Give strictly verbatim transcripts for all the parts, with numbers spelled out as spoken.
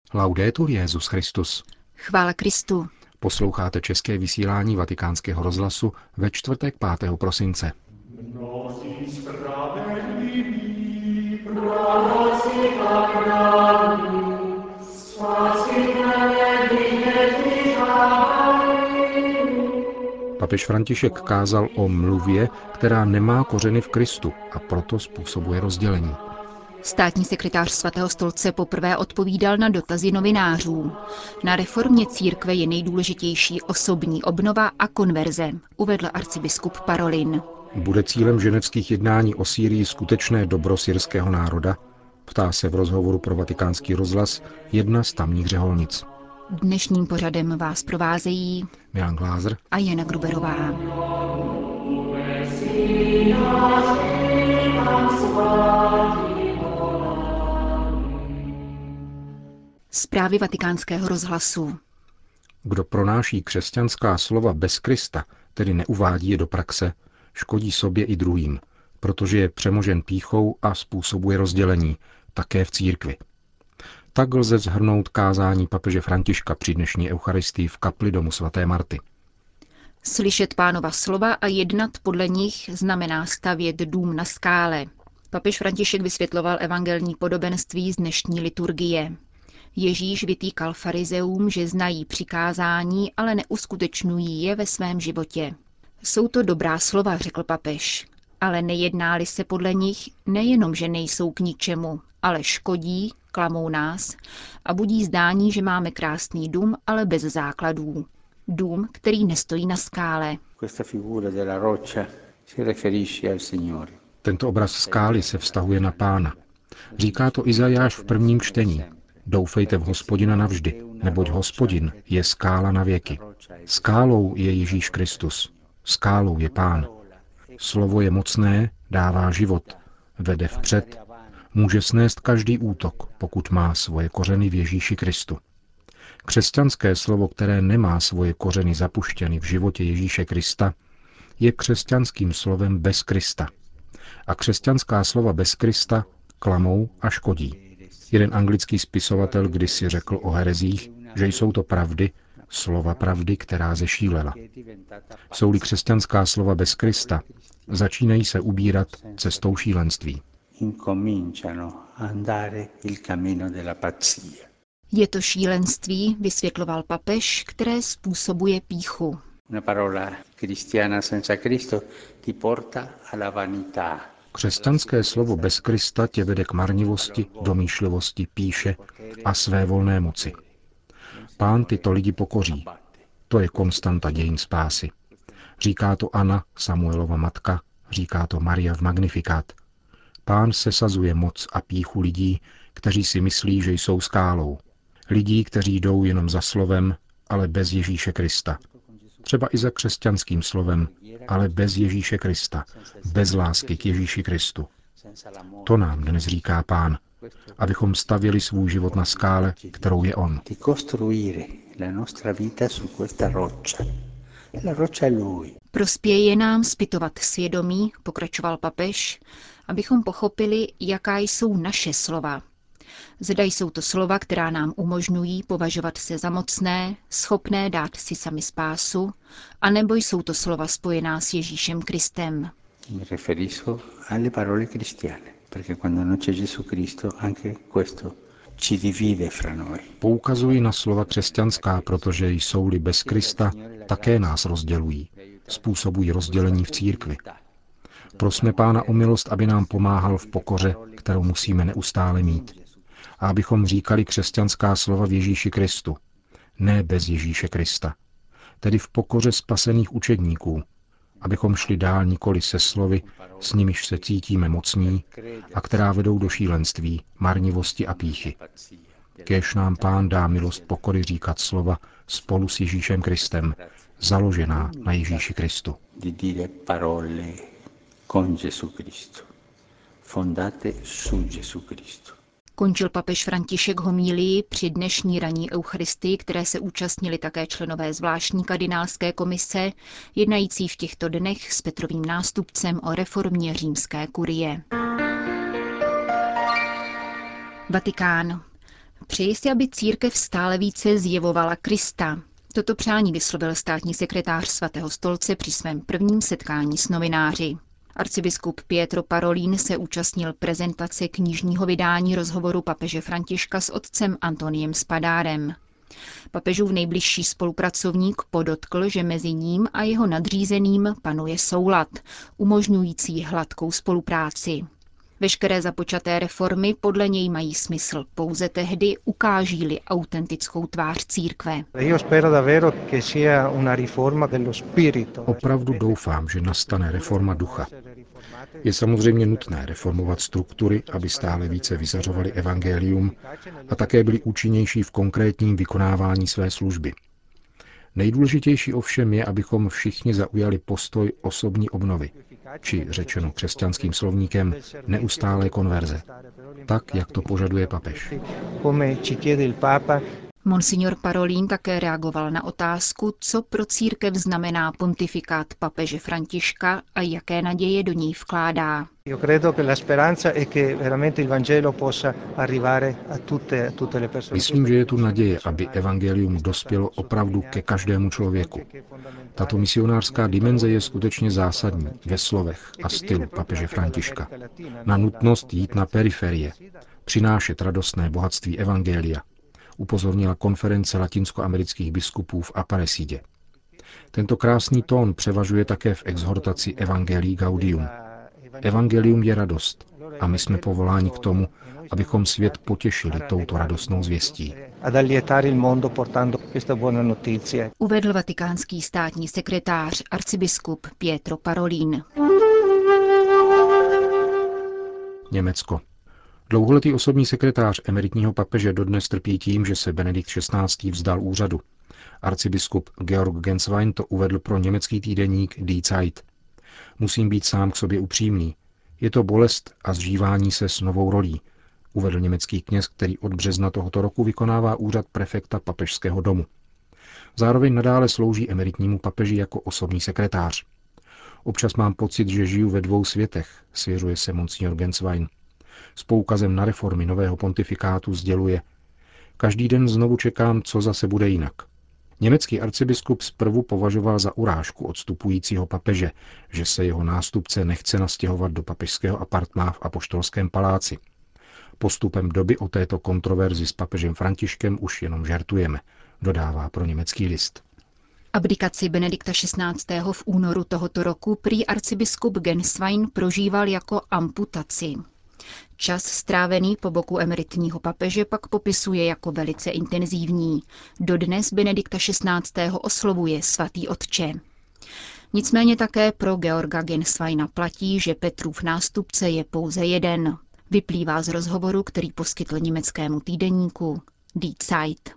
Laudetur Jesus Christus. Chvála Kristu. Posloucháte české vysílání Vatikánského rozhlasu ve čtvrtek pátého prosince. Papež František kázal o mluvě, která nemá kořeny v Kristu a proto způsobuje rozdělení. Státní sekretář Svatého stolce poprvé odpovídal na dotazy novinářů. Na reformě církve je nejdůležitější osobní obnova a konverze, uvedl arcibiskup Parolin. Bude cílem ženevských jednání o Sýrii skutečné dobro syrského národa? Ptá se v rozhovoru pro Vatikánský rozhlas jedna z tamních řeholnic. Dnešním pořadem vás provázejí Milan Glázer a Jana Gruberová. Zprávy Vatikánského rozhlasu. Kdo pronáší křesťanská slova bez Krista, tedy neuvádí je do praxe, škodí sobě i druhým, protože je přemožen pýchou a způsobuje rozdělení, také v církvi. Tak lze shrnout kázání papeže Františka při dnešní eucharistii v kapli domu svaté Marty. Slyšet Pánova slova a jednat podle nich znamená stavět dům na skále. Papež František vysvětloval evangelní podobenství z dnešní liturgie. Ježíš vytýkal farizeům, že znají přikázání, ale neuskutečňují je ve svém životě. Jsou to dobrá slova, řekl papež, ale nejednáli se podle nich, nejenom, že nejsou k ničemu, ale škodí, klamou nás a budí zdání, že máme krásný dům, ale bez základů. Dům, který nestojí na skále. Tento obraz skály se vztahuje na Pána. Říká to Izajáš v prvním čtení. Doufejte v Hospodina navždy, neboť Hospodin je skála na věky. Skálou je Ježíš Kristus. Skálou je Pán. Slovo je mocné, dává život, vede vpřed, může snést každý útok, pokud má svoje kořeny v Ježíši Kristu. Křesťanské slovo, které nemá svoje kořeny zapuštěny v životě Ježíše Krista, je křesťanským slovem bez Krista. A křesťanská slova bez Krista klamou a škodí. Jeden anglický spisovatel kdysi řekl o herezích, že jsou to pravdy, slova pravdy, která zešílela. Jsou-li křesťanská slova bez Krista, začínají se ubírat cestou šílenství. Je to šílenství, vysvětloval papež, které způsobuje pýchu. Křesťanské slovo bez Krista tě vede k marnivosti, domýšlivosti, pýše a své volné moci. Pán tyto lidi pokoří. To je konstanta dějin spásy. Říká to Anna, Samuelova matka, říká to Maria v Magnifikát. Pán sesazuje moc a pýchu lidí, kteří si myslí, že jsou skálou. Lidí, kteří jdou jenom za slovem, ale bez Ježíše Krista. Třeba i za křesťanským slovem, ale bez Ježíše Krista, bez lásky k Ježíši Kristu. To nám dnes říká Pán, abychom stavěli svůj život na skále, kterou je On. Prospěje nám zpytovat svědomí, pokračoval papež, abychom pochopili, jaká jsou naše slova. Zda jsou to slova, která nám umožňují považovat se za mocné, schopné dát si sami spásu, anebo jsou to slova spojená s Ježíšem Kristem. Poukazuji na slova křesťanská, protože jsou-li bez Krista, také nás rozdělují. Způsobují rozdělení v církvi. Prosme Pána o milost, aby nám pomáhal v pokoře, kterou musíme neustále mít. A abychom říkali křesťanská slova v Ježíši Kristu, ne bez Ježíše Krista, tedy v pokoře spasených učedníků, abychom šli dál nikoli se slovy, s nimiž se cítíme mocní a která vedou do šílenství, marnivosti a pýchy. Kéž nám Pán dá milost pokory říkat slova spolu s Ježíšem Kristem, založená na Ježíši Kristu. Končil papež František homílii při dnešní ranní eucharistii, které se účastnili také členové zvláštní kardinálské komise, jednající v těchto dnech s Petrovým nástupcem o reformě římské kurie. Vatikán. Přeji si, aby církev stále více zjevovala Krista. Toto přání vyslovil státní sekretář Svatého stolce při svém prvním setkání s novináři. Arcibiskup Pietro Parolin se účastnil prezentace knižního vydání rozhovoru papeže Františka s otcem Antoniem Spadárem. Papežův nejbližší spolupracovník podotkl, že mezi ním a jeho nadřízeným panuje soulad, umožňující hladkou spolupráci. Veškeré započaté reformy podle něj mají smysl pouze tehdy, ukáží-li autentickou tvář církve. Opravdu doufám, že nastane reforma ducha. Je samozřejmě nutné reformovat struktury, aby stále více vyzařovaly evangelium a také byly účinnější v konkrétním vykonávání své služby. Nejdůležitější ovšem je, abychom všichni zaujali postoj osobní obnovy, či řečeno křesťanským slovníkem neustálé konverze, tak, jak to požaduje papež. Monsignor Parolin také reagoval na otázku, co pro církev znamená pontifikát papeže Františka a jaké naděje do něj vkládá. Myslím, že je tu naděje, aby evangelium dospělo opravdu ke každému člověku. Tato misionářská dimenze je skutečně zásadní ve slovech a stylu papeže Františka. Na nutnost jít na periferie, přinášet radostné bohatství evangelia, upozornila konference latinskoamerických biskupů v Aparecidě. Tento krásný tón převažuje také v exhortaci Evangelii Gaudium. Evangelium je radost a my jsme povoláni k tomu, abychom svět potěšili touto radostnou zvěstí. Uvedl vatikánský státní sekretář arcibiskup Pietro Parolin. Německo. Dlouholetý osobní sekretář emeritního papeže dodnes trpí tím, že se Benedikt šestnáctý vzdal úřadu. Arcibiskup Georg Genswein to uvedl pro německý týdeník Die Zeit. Musím být sám k sobě upřímný. Je to bolest a zžívání se s novou rolí, uvedl německý kněz, který od března tohoto roku vykonává úřad prefekta papežského domu. Zároveň nadále slouží emeritnímu papeži jako osobní sekretář. Občas mám pocit, že žiju ve dvou světech, svěřuje se monsignor Genswein. S poukazem na reformy nového pontifikátu sděluje: každý den znovu čekám, co zase bude jinak. Německý arcibiskup zprvu považoval za urážku odstupujícího papeže, že se jeho nástupce nechce nastěhovat do papežského apartmá v Apoštolském paláci. Postupem doby o této kontroverzi s papežem Františkem už jenom žertujeme, dodává pro německý list. Abdikaci Benedikta šestnáctého v únoru tohoto roku prý arcibiskup Genswein prožíval jako amputaci. Čas strávený po boku emeritního papeže pak popisuje jako velice intenzivní. Dodnes Benedikta šestnáctého oslovuje svatý otče. Nicméně také pro Georga Gensweina platí, že Petrův nástupce je pouze jeden. Vyplývá z rozhovoru, který poskytl německému týdeníku Die Zeit.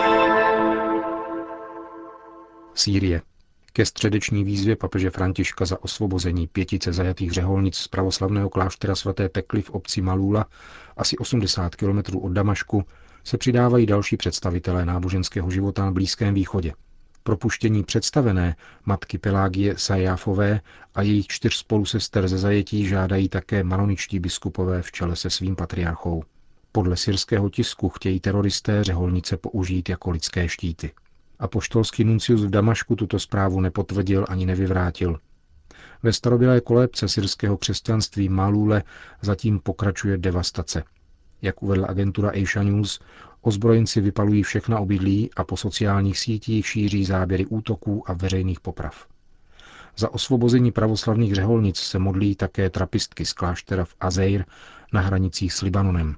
Sýrie. Ke středeční výzvě papeže Františka za osvobození pětice zajatých řeholnic z pravoslavného kláštera svaté Tekly v obci Malula, asi osmdesát kilometrů od Damašku, se přidávají další představitelé náboženského života na Blízkém východě. Propuštění představené matky Pelágie Sajáfové a jejich čtyř spolusester ze zajetí žádají také maroničtí biskupové v čele se svým patriarchou. Podle syrského tisku chtějí teroristé řeholnice použít jako lidské štíty. Apoštolský nuncius v Damašku tuto zprávu nepotvrdil ani nevyvrátil. Ve starobylé kolébce syrského křesťanství Malule zatím pokračuje devastace. Jak uvedla agentura Asia News, ozbrojenci vypalují všechna obydlí a po sociálních sítích šíří záběry útoků a veřejných poprav. Za osvobození pravoslavných řeholnic se modlí také trapistky z kláštera v Azeir na hranicích s Libanonem.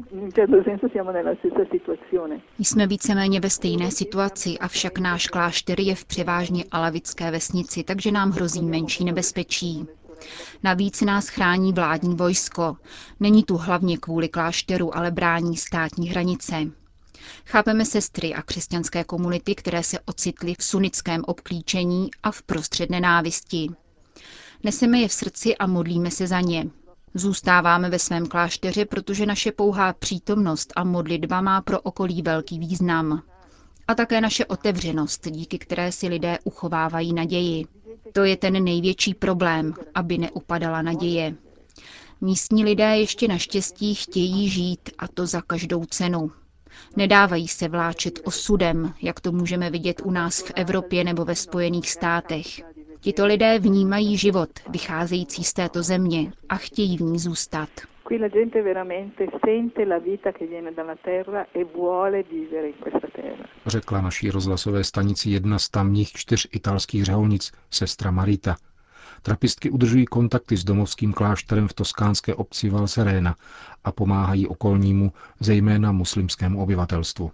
Jsme víceméně ve stejné situaci, avšak náš klášter je v převážně alavické vesnici, takže nám hrozí menší nebezpečí. Navíc nás chrání vládní vojsko. Není tu hlavně kvůli klášteru, ale brání státní hranice. Chápeme sestry a křesťanské komunity, které se ocitly v sunnickém obklíčení a v prostřed nenávisti. Neseme je v srdci a modlíme se za ně. Zůstáváme ve svém klášteře, protože naše pouhá přítomnost a modlitba má pro okolí velký význam. A také naše otevřenost, díky které si lidé uchovávají naději. To je ten největší problém, aby neupadala naděje. Místní lidé ještě naštěstí chtějí žít, a to za každou cenu. Nedávají se vláčet osudem, jak to můžeme vidět u nás v Evropě nebo ve Spojených státech. Tito lidé vnímají život, vycházející z této země a chtějí v ní zůstat. Řekla naší rozhlasové stanici jedna z tamních čtyř italských řeholnic, sestra Marita. Trapistky udržují kontakty s domovským klášterem v toskánské obci Val Serena a pomáhají okolnímu, zejména muslimskému obyvatelstvu.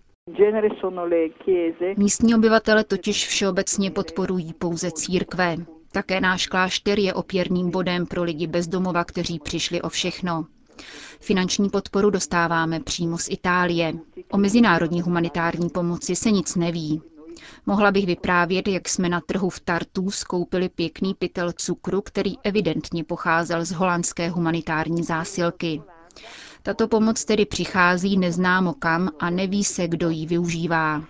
Místní obyvatele totiž všeobecně podporují pouze církve. Také náš klášter je opěrným bodem pro lidi bez domova, kteří přišli o všechno. Finanční podporu dostáváme přímo z Itálie. O mezinárodní humanitární pomoci se nic neví. Mohla bych vyprávět, jak jsme na trhu v Tartu skoupili pěkný pytel cukru, který evidentně pocházel z holandské humanitární zásilky. Tato pomoc tedy přichází neznámo kam a neví se, kdo ji využívá.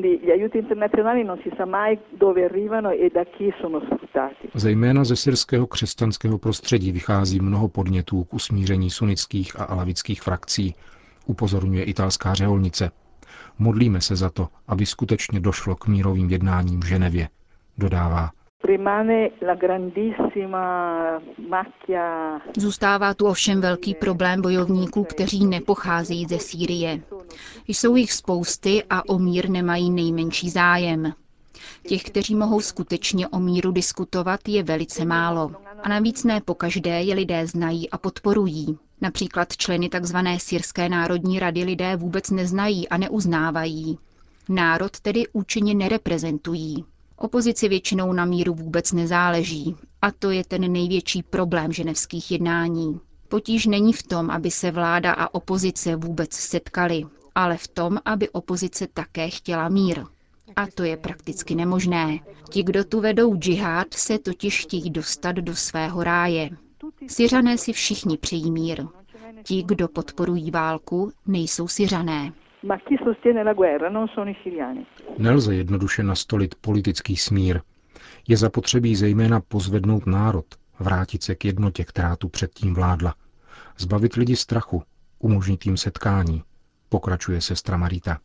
Zejména ze syrského křesťanského prostředí vychází mnoho podnětů k usmíření sunnických a alavických frakcí, upozorňuje italská řeholnice. Modlíme se za to, aby skutečně došlo k mírovým jednáním v Ženevě, dodává. Zůstává tu ovšem velký problém bojovníků, kteří nepocházejí ze Sýrie. Jsou jich spousty a o mír nemají nejmenší zájem. Těch, kteří mohou skutečně o míru diskutovat, je velice málo. A navíc ne pokaždé je lidé znají a podporují. Například členy tzv. Syrské národní rady lidé vůbec neznají a neuznávají. Národ tedy účinně nereprezentují. Opozici většinou na míru vůbec nezáleží. A to je ten největší problém ženevských jednání. Potíž není v tom, aby se vláda a opozice vůbec setkali, ale v tom, aby opozice také chtěla mír. A to je prakticky nemožné. Ti, kdo tu vedou džihád, se totiž chtějí dostat do svého ráje. Syřané si všichni přejí mír. Ti, kdo podporují válku, nejsou Syřané. Nelze jednoduše nastolit politický smír. Je zapotřebí zejména pozvednout národ, vrátit se k jednotě, která tu předtím vládla. Zbavit lidi strachu, umožnit jim setkání, pokračuje sestra Marita.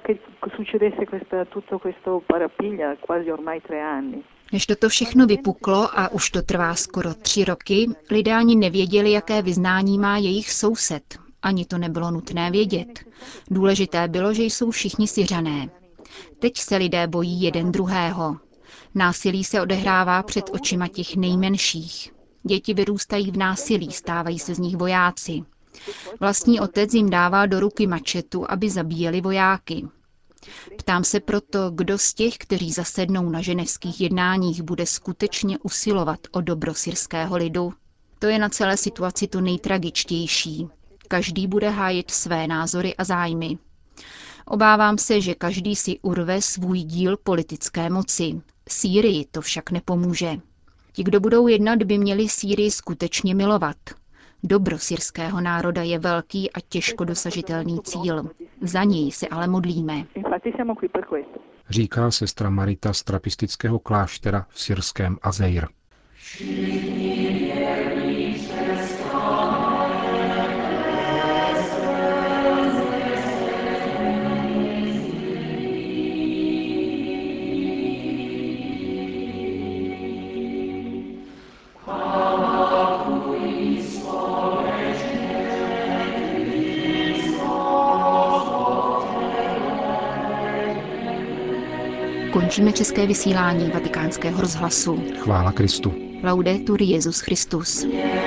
Než toto všechno vypuklo, a už to trvá skoro tři roky, lidé ani nevěděli, jaké vyznání má jejich soused. Ani to nebylo nutné vědět. Důležité bylo, že jsou všichni Syřané. Teď se lidé bojí jeden druhého. Násilí se odehrává před očima těch nejmenších. Děti vyrůstají v násilí, stávají se z nich vojáci. Vlastní otec jim dává do ruky mačetu, aby zabíjeli vojáky. Ptám se proto, kdo z těch, kteří zasednou na ženevských jednáních, bude skutečně usilovat o dobro syrského lidu. To je na celé situaci to nejtragičtější. Každý bude hájit své názory a zájmy. Obávám se, že každý si urve svůj díl politické moci. Sýrii to však nepomůže. Ti, kdo budou jednat, by měli Sýrii skutečně milovat. Dobro syrského národa je velký a těžko dosažitelný cíl. Za něj se ale modlíme. Říká sestra Marita z trapistického kláštera v syrském Azeir. Končíme české vysílání Vatikánského rozhlasu. Chvála Kristu. Laudetur Jesus Christus.